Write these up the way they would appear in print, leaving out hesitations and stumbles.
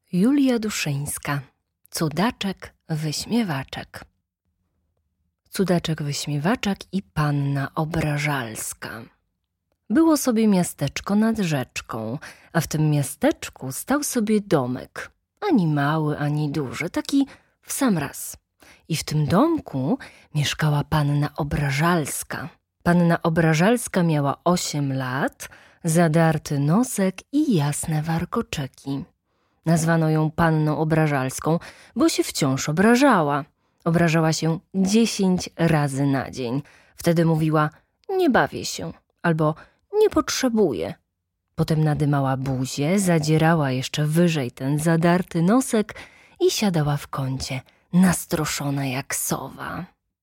Julia Duszyńska. Cudaczek wyśmiewaczek. Cudaczek wyśmiewaczek i panna obrażalska. Było sobie miasteczko nad rzeczką, a w tym miasteczku stał sobie domek. Ani mały, ani duży, taki w sam raz. I w tym domku mieszkała panna obrażalska. Panna obrażalska miała 8 lat, zadarty nosek i jasne warkoczyki. Nazwano ją panną obrażalską, bo się wciąż obrażała. Obrażała się 10 razy na dzień. Wtedy mówiła: nie bawię się, albo nie potrzebuję. Potem nadymała buzię, zadzierała jeszcze wyżej ten zadarty nosek i siadała w kącie, nastroszona jak sowa.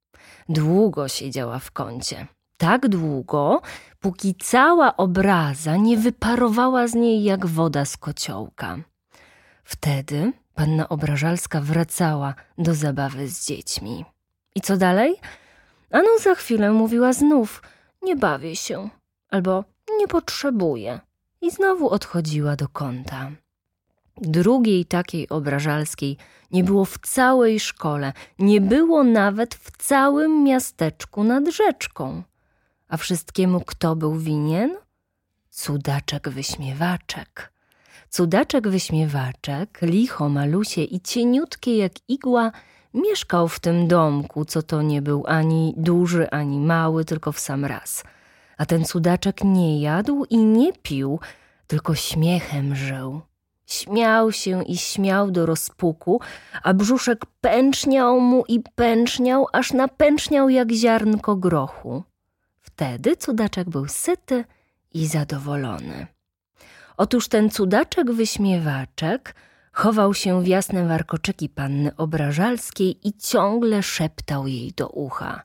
Długo siedziała w kącie. Tak długo, póki cała obraza nie wyparowała z niej jak woda z kociołka. Wtedy panna obrażalska wracała do zabawy z dziećmi. I co dalej? Ano za chwilę mówiła znów: nie bawię się, albo nie potrzebuję. I znowu odchodziła do kąta. Drugiej takiej obrażalskiej nie było w całej szkole, nie było nawet w całym miasteczku nad rzeczką. A wszystkiemu kto był winien? Cudaczek wyśmiewaczek. Cudaczek wyśmiewaczek, licho malusie i cieniutkie jak igła, mieszkał w tym domku, co to nie był ani duży, ani mały, tylko w sam raz. A ten cudaczek nie jadł i nie pił, tylko śmiechem żył. Śmiał się i śmiał do rozpuku, a brzuszek pęczniał mu i pęczniał, aż napęczniał jak ziarnko grochu. Wtedy cudaczek był syty i zadowolony. Otóż ten cudaczek wyśmiewaczek chował się w jasne warkoczyki panny obrażalskiej i ciągle szeptał jej do ucha: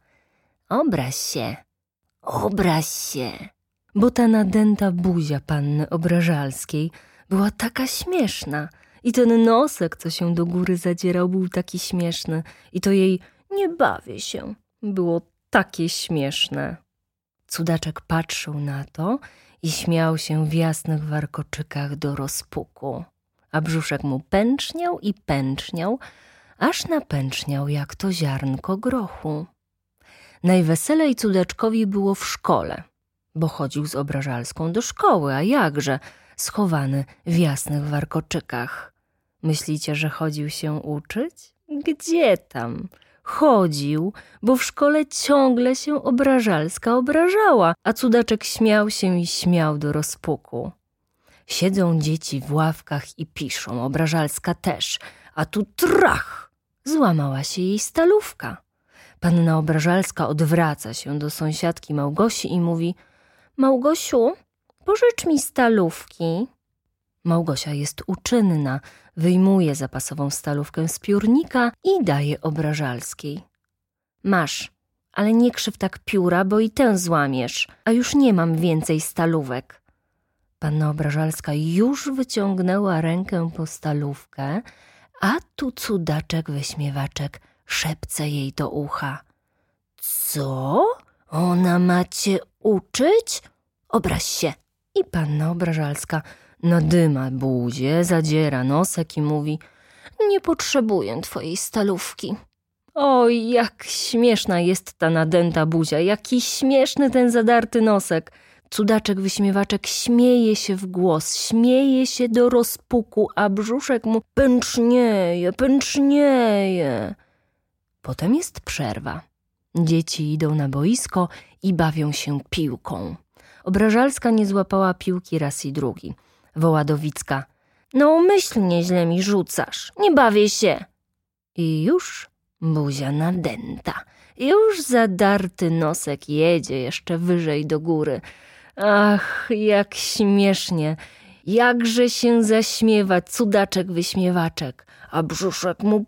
obraź się, bo ta nadęta buzia panny obrażalskiej była taka śmieszna i ten nosek, co się do góry zadzierał, był taki śmieszny i to jej nie bawię się było takie śmieszne. Cudaczek patrzył na to i śmiał się w jasnych warkoczykach do rozpuku, a brzuszek mu pęczniał i pęczniał, aż napęczniał jak to ziarnko grochu. Najweselej cudaczkowi było w szkole, bo chodził z obrażalską do szkoły, a jakże, schowany w jasnych warkoczykach. Myślicie, że chodził się uczyć? Gdzie tam? Chodził, bo w szkole ciągle się obrażalska obrażała, a cudaczek śmiał się i śmiał do rozpuku. Siedzą dzieci w ławkach i piszą, obrażalska też, a tu trach! Złamała się jej stalówka. Panna obrażalska odwraca się do sąsiadki Małgosi i mówi: Małgosiu, pożycz mi stalówki. Małgosia jest uczynna, wyjmuje zapasową stalówkę z piórnika i daje obrażalskiej. Masz, ale nie krzyw tak pióra, bo i tę złamiesz, a już nie mam więcej stalówek. Panna obrażalska już wyciągnęła rękę po stalówkę, a tu cudaczek wyśmiewaczek szepce jej do ucha: co? Ona ma cię uczyć? Obraź się. I panna obrażalska nadyma buzię, zadziera nosek i mówi: nie potrzebuję twojej stalówki. Oj, jak śmieszna jest ta nadęta buzia, jaki śmieszny ten zadarty nosek. Cudaczek wyśmiewaczek śmieje się w głos, śmieje się do rozpuku, a brzuszek mu pęcznieje. Potem jest przerwa. Dzieci idą na boisko i bawią się piłką. Obrażalska nie złapała piłki raz i drugi. Woła do Wicka: no umyślnie źle mi rzucasz, nie bawię się. I już buzia nadęta, już zadarty nosek jedzie jeszcze wyżej do góry. Ach, jak śmiesznie, jakże się zaśmiewa cudaczek wyśmiewaczek, a brzuszek mu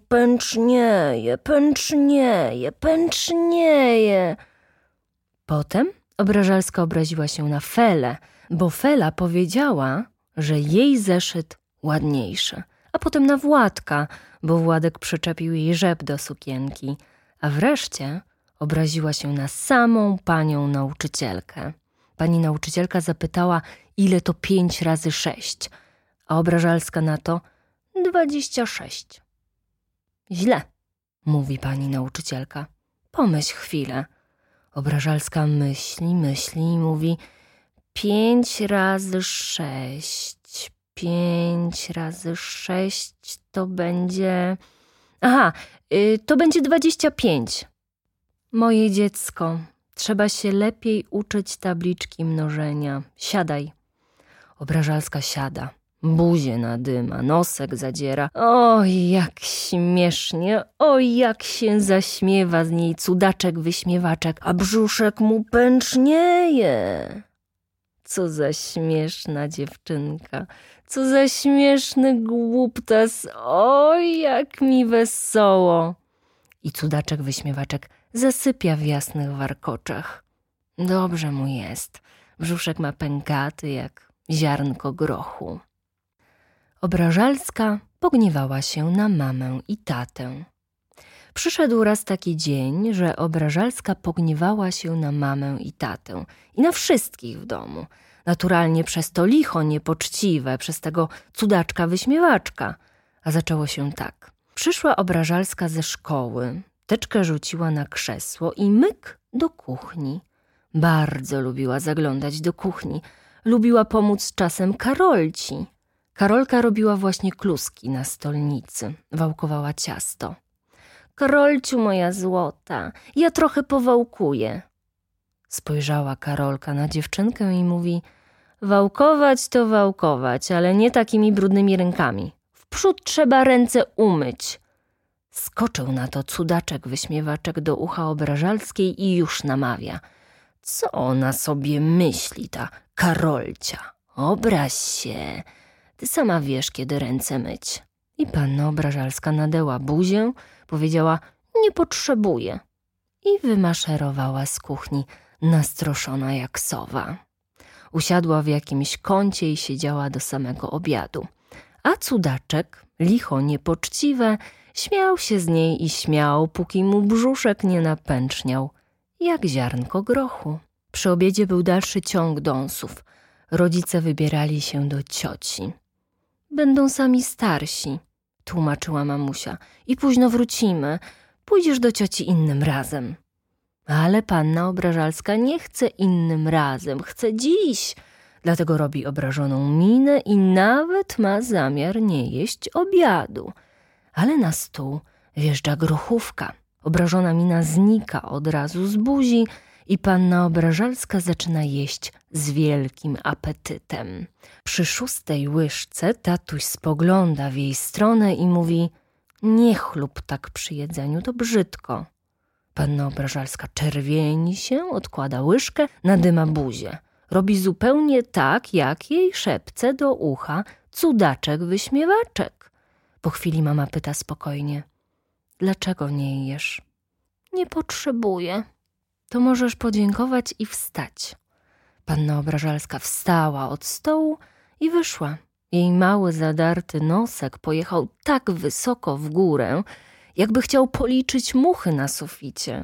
pęcznieje. Potem obrażalska obraziła się na Felę, bo Fela powiedziała, że jej zeszyt ładniejszy, a potem na Władka, bo Władek przyczepił jej rzep do sukienki, a wreszcie obraziła się na samą panią nauczycielkę. Pani nauczycielka zapytała, ile to 5 razy 6, a obrażalska na to: 26. Źle, mówi pani nauczycielka. Pomyśl chwilę. Obrażalska myśli i mówi: 5 razy 6. 5 razy 6 to będzie... to będzie 25. Moje dziecko, trzeba się lepiej uczyć tabliczki mnożenia. Siadaj. Obrażalska siada. Buzię nadyma, nosek zadziera. Oj, jak śmiesznie, oj, jak się zaśmiewa z niej cudaczek wyśmiewaczek, a brzuszek mu pęcznieje. Co za śmieszna dziewczynka, co za śmieszny głuptas, oj, jak mi wesoło. I cudaczek wyśmiewaczek zasypia w jasnych warkoczach. Dobrze mu jest, brzuszek ma pękaty jak ziarnko grochu. Obrażalska pogniewała się na mamę i tatę. Przyszedł raz taki dzień, że Obrażalska pogniewała się na mamę i tatę i na wszystkich w domu. Naturalnie przez to licho niepoczciwe, przez tego cudaczka wyśmiewaczka. A zaczęło się tak. Przyszła Obrażalska ze szkoły, teczkę rzuciła na krzesło i myk do kuchni. Bardzo lubiła zaglądać do kuchni. Lubiła pomóc czasem Karolci. Karolka robiła właśnie kluski na stolnicy, wałkowała ciasto. Karolciu, moja złota, ja trochę powałkuję. Spojrzała Karolka na dziewczynkę i mówi: wałkować to wałkować, ale nie takimi brudnymi rękami. Wprzód trzeba ręce umyć. Skoczył na to cudaczek wyśmiewaczek do ucha Obrażalskiej i już namawia: co ona sobie myśli, ta Karolcia? Obraź się, ty sama wiesz, kiedy ręce myć. I panna Obrażalska nadęła buzię, powiedziała: nie potrzebuję. I wymaszerowała z kuchni, nastroszona jak sowa. Usiadła w jakimś kącie i siedziała do samego obiadu. A cudaczek, licho niepoczciwe, śmiał się z niej i śmiał, póki mu brzuszek nie napęczniał, jak ziarnko grochu. Przy obiedzie był dalszy ciąg dąsów. Rodzice wybierali się do cioci. Będą sami starsi, tłumaczyła mamusia, i późno wrócimy. Pójdziesz do cioci innym razem. Ale panna Obrażalska nie chce innym razem, chce dziś. Dlatego robi obrażoną minę i nawet ma zamiar nie jeść obiadu. Ale na stół wjeżdża grochówka. Obrażona mina znika od razu z buzi i panna Obrażalska zaczyna jeść z wielkim apetytem. Przy 6. łyżce tatuś spogląda w jej stronę i mówi: nie chlub tak przy jedzeniu, to brzydko. Panna Obrażalska czerwieni się, odkłada łyżkę, nadyma buzię. Robi zupełnie tak, jak jej szepce do ucha cudaczek wyśmiewaczek. Po chwili mama pyta spokojnie: dlaczego nie jesz? Nie potrzebuję. To możesz podziękować i wstać. Panna Obrażalska wstała od stołu i wyszła. Jej mały, zadarty nosek pojechał tak wysoko w górę, jakby chciał policzyć muchy na suficie.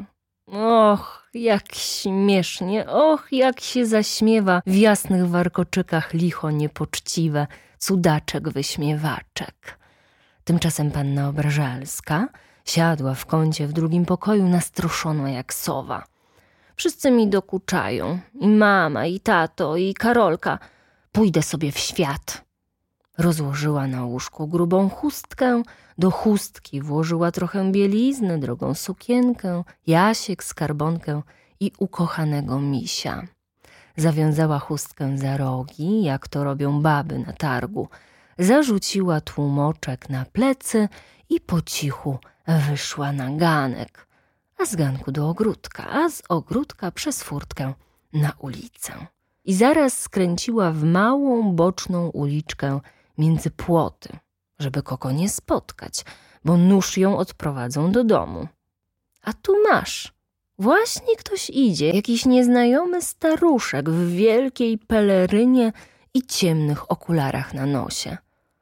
Och, jak śmiesznie, och, jak się zaśmiewa w jasnych warkoczykach licho niepoczciwe, cudaczek wyśmiewaczek. Tymczasem panna Obrażalska siadła w kącie w drugim pokoju, nastroszona jak sowa. Wszyscy mi dokuczają, i mama, i tato, i Karolka. Pójdę sobie w świat. Rozłożyła na łóżku grubą chustkę, do chustki włożyła trochę bielizny, drogą sukienkę, jasiek, skarbonkę i ukochanego misia. Zawiązała chustkę za rogi, jak to robią baby na targu. Zarzuciła tłumoczek na plecy i po cichu wyszła na ganek, a z ganku do ogródka, a z ogródka przez furtkę na ulicę. I zaraz skręciła w małą, boczną uliczkę między płoty, żeby kogo nie spotkać, bo nuż ją odprowadzą do domu. A tu masz, właśnie ktoś idzie, jakiś nieznajomy staruszek w wielkiej pelerynie i ciemnych okularach na nosie.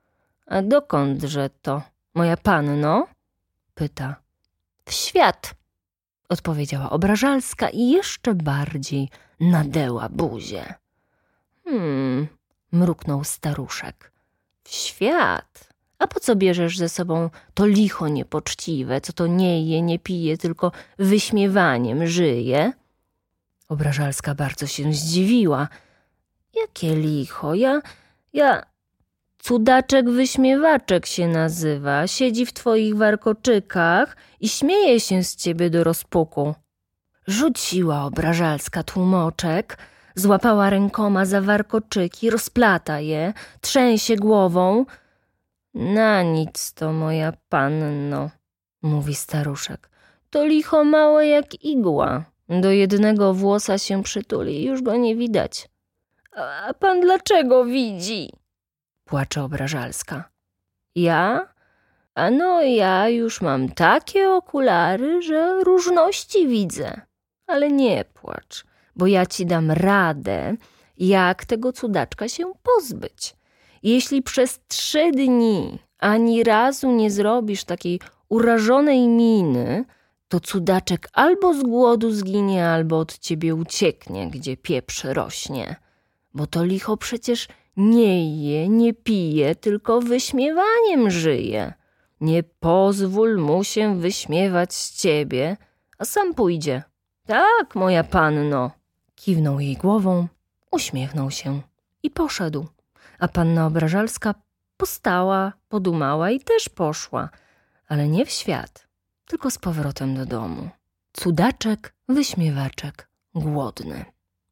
A dokądże to, moja panno? Pyta. W świat, odpowiedziała Obrażalska i jeszcze bardziej nadęła buzię. Mruknął staruszek. W świat? A A po co bierzesz ze sobą to licho niepoczciwe, co to nie je, nie pije, tylko wyśmiewaniem żyje? Obrażalska bardzo się zdziwiła. Jakie licho? Ja... Cudaczek wyśmiewaczek się nazywa, siedzi w twoich warkoczykach i śmieje się z ciebie do rozpuku. Rzuciła Obrażalska tłumoczek, złapała rękoma za warkoczyki, rozplata je, trzęsie głową. Na nic to, moja panno, mówi staruszek. To licho małe jak igła. Do jednego włosa się przytuli i już go nie widać. A pan dlaczego widzi? Płacze Obrażalska. Ja? Ano ja już mam takie okulary, że różności widzę. Ale nie płacz, bo ja ci dam radę, jak tego cudaczka się pozbyć. Jeśli przez 3 dni ani razu nie zrobisz takiej urażonej miny, to cudaczek albo z głodu zginie, albo od ciebie ucieknie, gdzie pieprz rośnie. Bo to licho przecież nie je, nie pije, tylko wyśmiewaniem żyje. Nie pozwól mu się wyśmiewać z ciebie, a sam pójdzie. Tak, moja panno. Kiwnął jej głową, uśmiechnął się i poszedł. A panna Obrażalska postała, podumała i też poszła, ale nie w świat, tylko z powrotem do domu. Cudaczek, wyśmiewaczek, głodny.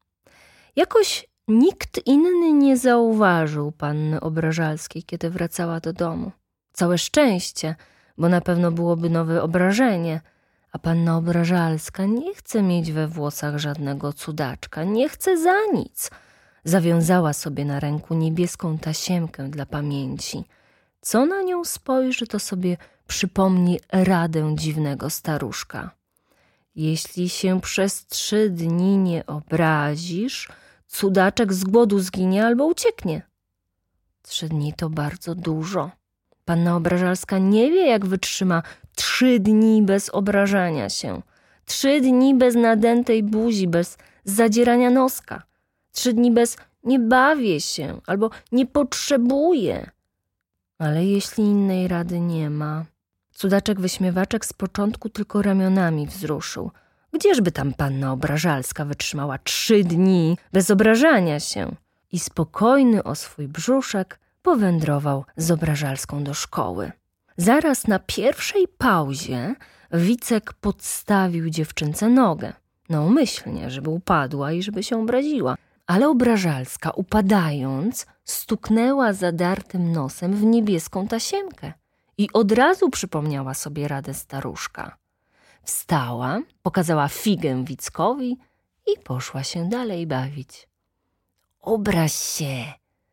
Jakoś nikt inny nie zauważył panny Obrażalskiej, kiedy wracała do domu. Całe szczęście, bo na pewno byłoby nowe obrażenie, a panna Obrażalska nie chce mieć we włosach żadnego cudaczka, nie chce za nic. Zawiązała sobie na ręku niebieską tasiemkę dla pamięci. Co na nią spojrzy, to sobie przypomni radę dziwnego staruszka. Jeśli się przez 3 dni nie obrazisz, cudaczek z głodu zginie albo ucieknie. 3 dni to bardzo dużo. Panna Obrażalska nie wie, jak wytrzyma 3 dni bez obrażania się. 3 dni bez nadętej buzi, bez zadzierania noska. 3 dni bez nie bawię się albo nie potrzebuję. Ale jeśli innej rady nie ma, cudaczek wyśmiewaczek z początku tylko ramionami wzruszył. Gdzieżby tam panna Obrażalska wytrzymała 3 dni bez obrażania się? I spokojny o swój brzuszek powędrował z Obrażalską do szkoły. Zaraz na pierwszej pauzie Wicek podstawił dziewczynce nogę. Naumyślnie, żeby upadła i żeby się obraziła. Ale Obrażalska, upadając, stuknęła zadartym nosem w niebieską tasiemkę i od razu przypomniała sobie radę staruszka. Wstała, pokazała figę Wickowi i poszła się dalej bawić. Obraź się,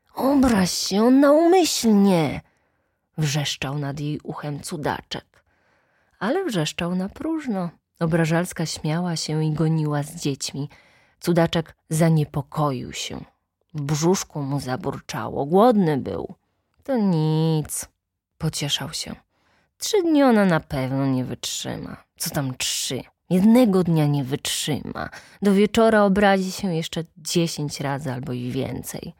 on naumyślnie, wrzeszczał nad jej uchem cudaczek. Ale wrzeszczał na próżno. Obrażalska śmiała się i goniła z dziećmi. Cudaczek zaniepokoił się. W brzuszku mu zaburczało, głodny był. To nic, pocieszał się. 3 dni ona na pewno nie wytrzyma. Co tam 3? 1 dnia nie wytrzyma. Do wieczora obrazi się jeszcze 10 razy albo i więcej.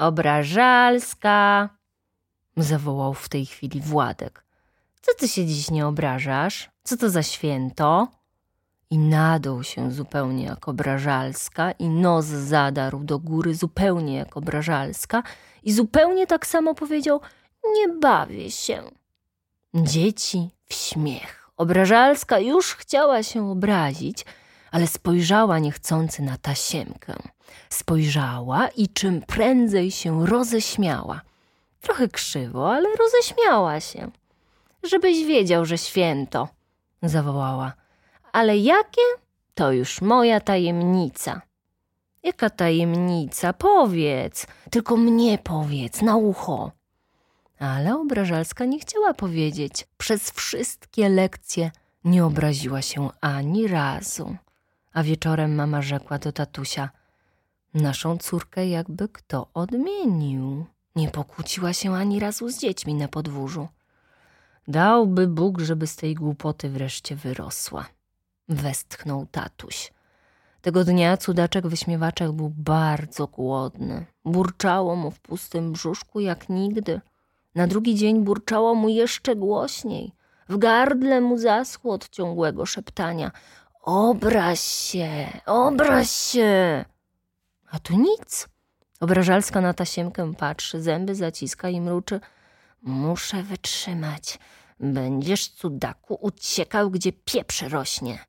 Obrażalska! Zawołał w tej chwili Władek. Co ty się dziś nie obrażasz? Co to za święto? I nadął się zupełnie jak Obrażalska i nos zadarł do góry zupełnie jak Obrażalska i zupełnie tak samo powiedział: nie bawię się. Dzieci w śmiech. Obrażalska już chciała się obrazić, ale spojrzała niechcący na tasiemkę. Spojrzała i czym prędzej się roześmiała. Trochę krzywo, ale roześmiała się. Żebyś wiedział, że święto, zawołała. Ale jakie? To już moja tajemnica. Jaka tajemnica? Powiedz, tylko mnie powiedz, na ucho. Ale Obrażalska nie chciała powiedzieć. Przez wszystkie lekcje nie obraziła się ani razu. A wieczorem mama rzekła do tatusia: naszą córkę jakby kto odmienił. Nie pokłóciła się ani razu z dziećmi na podwórzu. Dałby Bóg, żeby z tej głupoty wreszcie wyrosła. Westchnął tatuś. Tego dnia cudaczek wyśmiewaczek był bardzo głodny. Burczało mu w pustym brzuszku jak nigdy. Na drugi dzień burczało mu jeszcze głośniej. W gardle mu zaschło od ciągłego szeptania. Obraź się, obraź się! A tu nic. Obrażalska na tasiemkę patrzy, zęby zaciska i mruczy. Muszę wytrzymać. Będziesz, cudaku, uciekał, gdzie pieprz rośnie.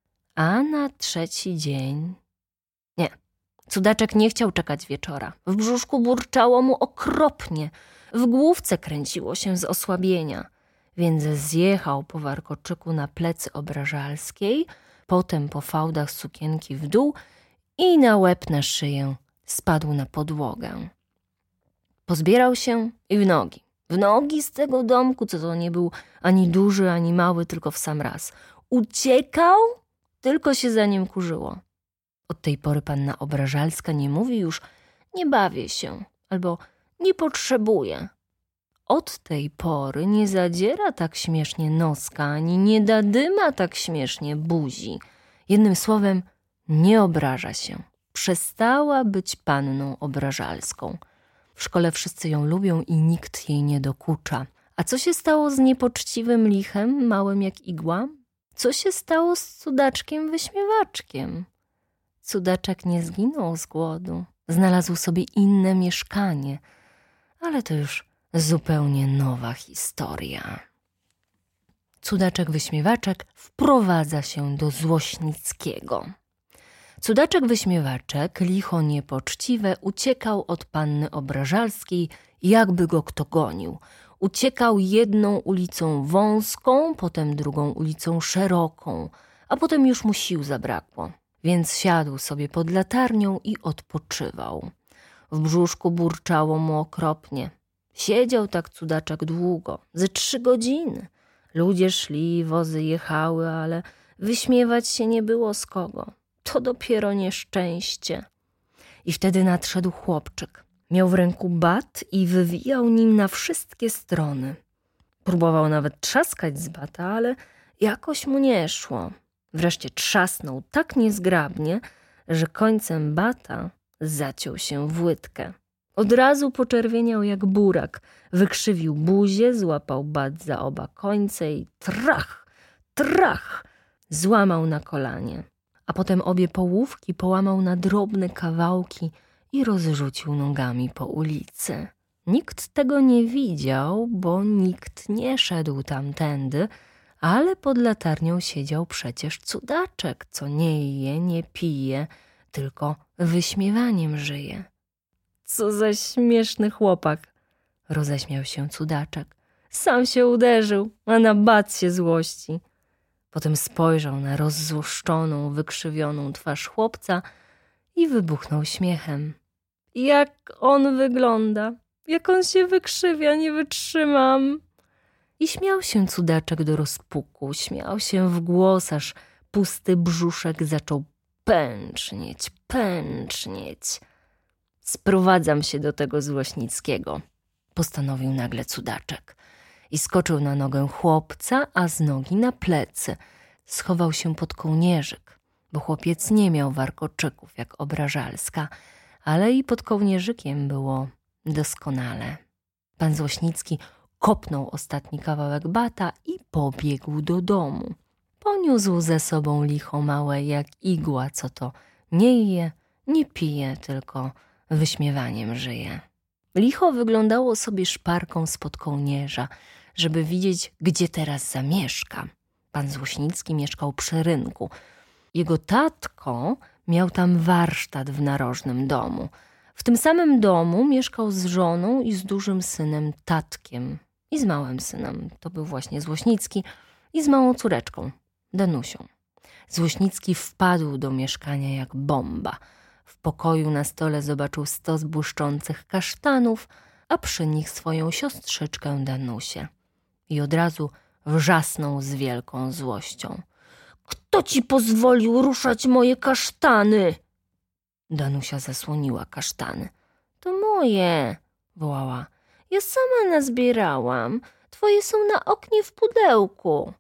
A na trzeci dzień... Nie, cudaczek nie chciał czekać wieczora. W brzuszku burczało mu okropnie. W główce kręciło się z osłabienia. Więc zjechał po warkoczyku na plecy obrażalskiej, potem po fałdach sukienki w dół i na łeb na szyję spadł na podłogę. Pozbierał się i w nogi. W nogi z tego domku, co to nie był ani duży, ani mały, tylko w sam raz. Uciekał, tylko się za nim kurzyło. Od tej pory panna Obrażalska nie mówi już nie bawię się albo nie potrzebuję. Od tej pory nie zadziera tak śmiesznie noska, ani nie dadyma tak śmiesznie buzi. Jednym słowem, nie obraża się. Przestała być panną Obrażalską. W szkole wszyscy ją lubią i nikt jej nie dokucza. A co się stało z niepoczciwym lichem, małym jak igła? Co się stało z cudaczkiem wyśmiewaczkiem? Cudaczek nie zginął z głodu. Znalazł sobie inne mieszkanie. Ale to już zupełnie nowa historia. Cudaczek wyśmiewaczek wprowadza się do Złośnickiego. Cudaczek wyśmiewaczek, licho niepoczciwe, uciekał od panny Obrażalskiej, jakby go kto gonił. Uciekał jedną ulicą wąską, potem drugą ulicą szeroką, a potem już mu sił zabrakło. Więc siadł sobie pod latarnią i odpoczywał. W brzuszku burczało mu okropnie. Siedział tak cudaczek długo, ze 3 godziny. Ludzie szli, wozy jechały, ale wyśmiewać się nie było z kogo. To dopiero nieszczęście. I wtedy nadszedł chłopczyk. Miał w ręku bat i wywijał nim na wszystkie strony. Próbował nawet trzaskać z bata, ale jakoś mu nie szło. Wreszcie trzasnął tak niezgrabnie, że końcem bata zaciął się w łydkę. Od razu poczerwieniał jak burak, wykrzywił buzię, złapał bat za oba końce i trach, trach, złamał na kolanie. A potem obie połówki połamał na drobne kawałki i rozrzucił nogami po ulicy. Nikt tego nie widział, bo nikt nie szedł tamtędy, ale pod latarnią siedział przecież cudaczek, co nie je, nie pije, tylko wyśmiewaniem żyje. Co za śmieszny chłopak, roześmiał się cudaczek. Sam się uderzył, a na bat się złości. Potem spojrzał na rozzłoszczoną, wykrzywioną twarz chłopca i wybuchnął śmiechem. Jak on wygląda, jak on się wykrzywia, nie wytrzymam. I śmiał się cudaczek do rozpuku, śmiał się w głos, aż pusty brzuszek zaczął pęcznieć, pęcznieć. Sprowadzam się do tego Złośnickiego, postanowił nagle cudaczek. I skoczył na nogę chłopca, a z nogi na plecy. Schował się pod kołnierzyk, bo chłopiec nie miał warkoczyków jak Obrażalska, ale i pod kołnierzykiem było doskonale. Pan Złośnicki kopnął ostatni kawałek bata i pobiegł do domu. Poniósł ze sobą licho małe jak igła, co to nie je, nie pije, tylko wyśmiewaniem żyje. Licho wyglądało sobie szparką spod kołnierza, żeby widzieć, gdzie teraz zamieszka. Pan Złośnicki mieszkał przy rynku. Jego tatko miał tam warsztat w narożnym domu. W tym samym domu mieszkał z żoną i z dużym synem Tatkiem. I z małym synem, to był właśnie Złośnicki, i z małą córeczką, Danusią. Złośnicki wpadł do mieszkania jak bomba. W pokoju na stole zobaczył 100 błyszczących kasztanów, a przy nich swoją siostrzyczkę Danusię. I od razu wrzasnął z wielką złością. Kto ci pozwolił ruszać moje kasztany? Danusia zasłoniła kasztany. To moje, wołała. Ja sama nazbierałam. Twoje są na oknie w pudełku.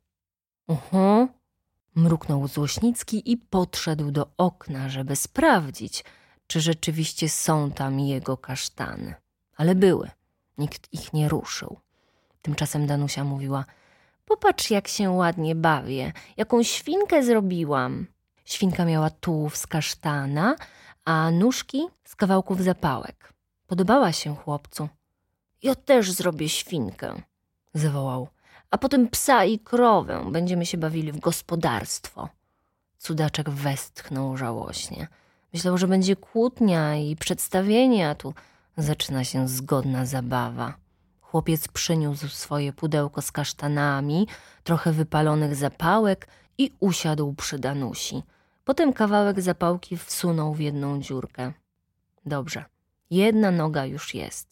Mruknął Złośnicki i podszedł do okna, żeby sprawdzić, czy rzeczywiście są tam jego kasztany. Ale były. Nikt ich nie ruszył. Tymczasem Danusia mówiła: popatrz, jak się ładnie bawię, jaką świnkę zrobiłam. Świnka miała tułów z kasztana, a nóżki z kawałków zapałek. Podobała się chłopcu. Ja też zrobię świnkę, zawołał. A potem psa i krowę. Będziemy się bawili w gospodarstwo. Cudaczek westchnął żałośnie. Myślał, że będzie kłótnia i przedstawienie, a tu zaczyna się zgodna zabawa. Chłopiec przyniósł swoje pudełko z kasztanami, trochę wypalonych zapałek i usiadł przy Danusi. Potem kawałek zapałki wsunął w jedną dziurkę. Dobrze, jedna noga już jest.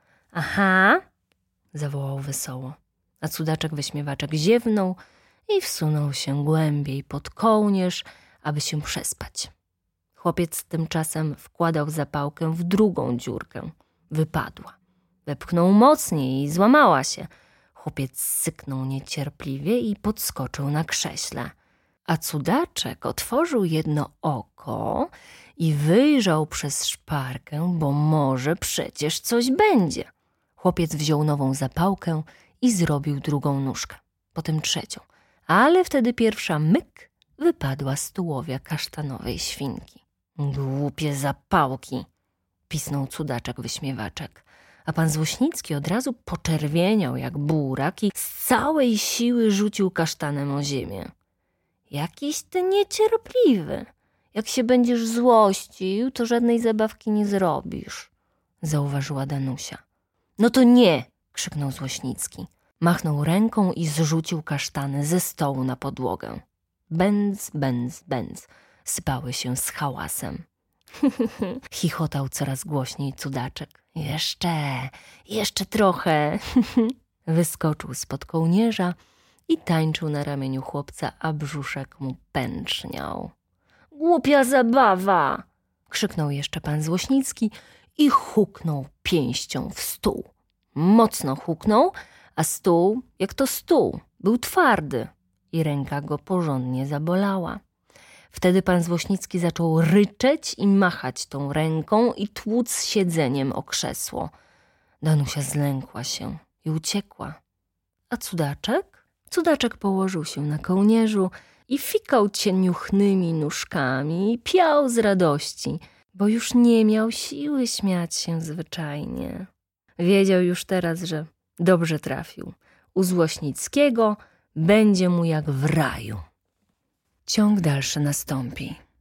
Aha, zawołał wesoło, a cudaczek wyśmiewaczek ziewnął i wsunął się głębiej pod kołnierz, aby się przespać. Chłopiec tymczasem wkładał zapałkę w drugą dziurkę. Wypadła. Wepchnął mocniej i złamała się. Chłopiec syknął niecierpliwie i podskoczył na krześle. A cudaczek otworzył jedno oko i wyjrzał przez szparkę, bo może przecież coś będzie. Chłopiec wziął nową zapałkę i zrobił drugą nóżkę, potem trzecią. Ale wtedy pierwsza myk wypadła z tułowia kasztanowej świnki. Głupie zapałki, pisnął cudaczek wyśmiewaczek. A pan Złośnicki od razu poczerwieniał jak burak i z całej siły rzucił kasztanem o ziemię. Jakiś ty niecierpliwy. Jak się będziesz złościł, to żadnej zabawki nie zrobisz, zauważyła Danusia. No to nie, krzyknął Złośnicki. Machnął ręką i zrzucił kasztany ze stołu na podłogę. Bęc, bęc, bęc, sypały się z hałasem. Chichotał coraz głośniej cudaczek. Jeszcze trochę. Wyskoczył spod kołnierza i tańczył na ramieniu chłopca, a brzuszek mu pęczniał. Głupia zabawa! Krzyknął jeszcze pan Złośnicki i huknął pięścią w stół. Mocno huknął, a stół, jak to stół, był twardy i ręka go porządnie zabolała. Wtedy pan Złośnicki zaczął ryczeć i machać tą ręką i tłuc siedzeniem o krzesło. Danusia zlękła się i uciekła. A cudaczek? Cudaczek położył się na kołnierzu i fikał cieniuchnymi nóżkami i piał z radości, bo już nie miał siły śmiać się zwyczajnie. Wiedział już teraz, że dobrze trafił. U Złośnickiego będzie mu jak w raju. Ciąg dalszy nastąpi.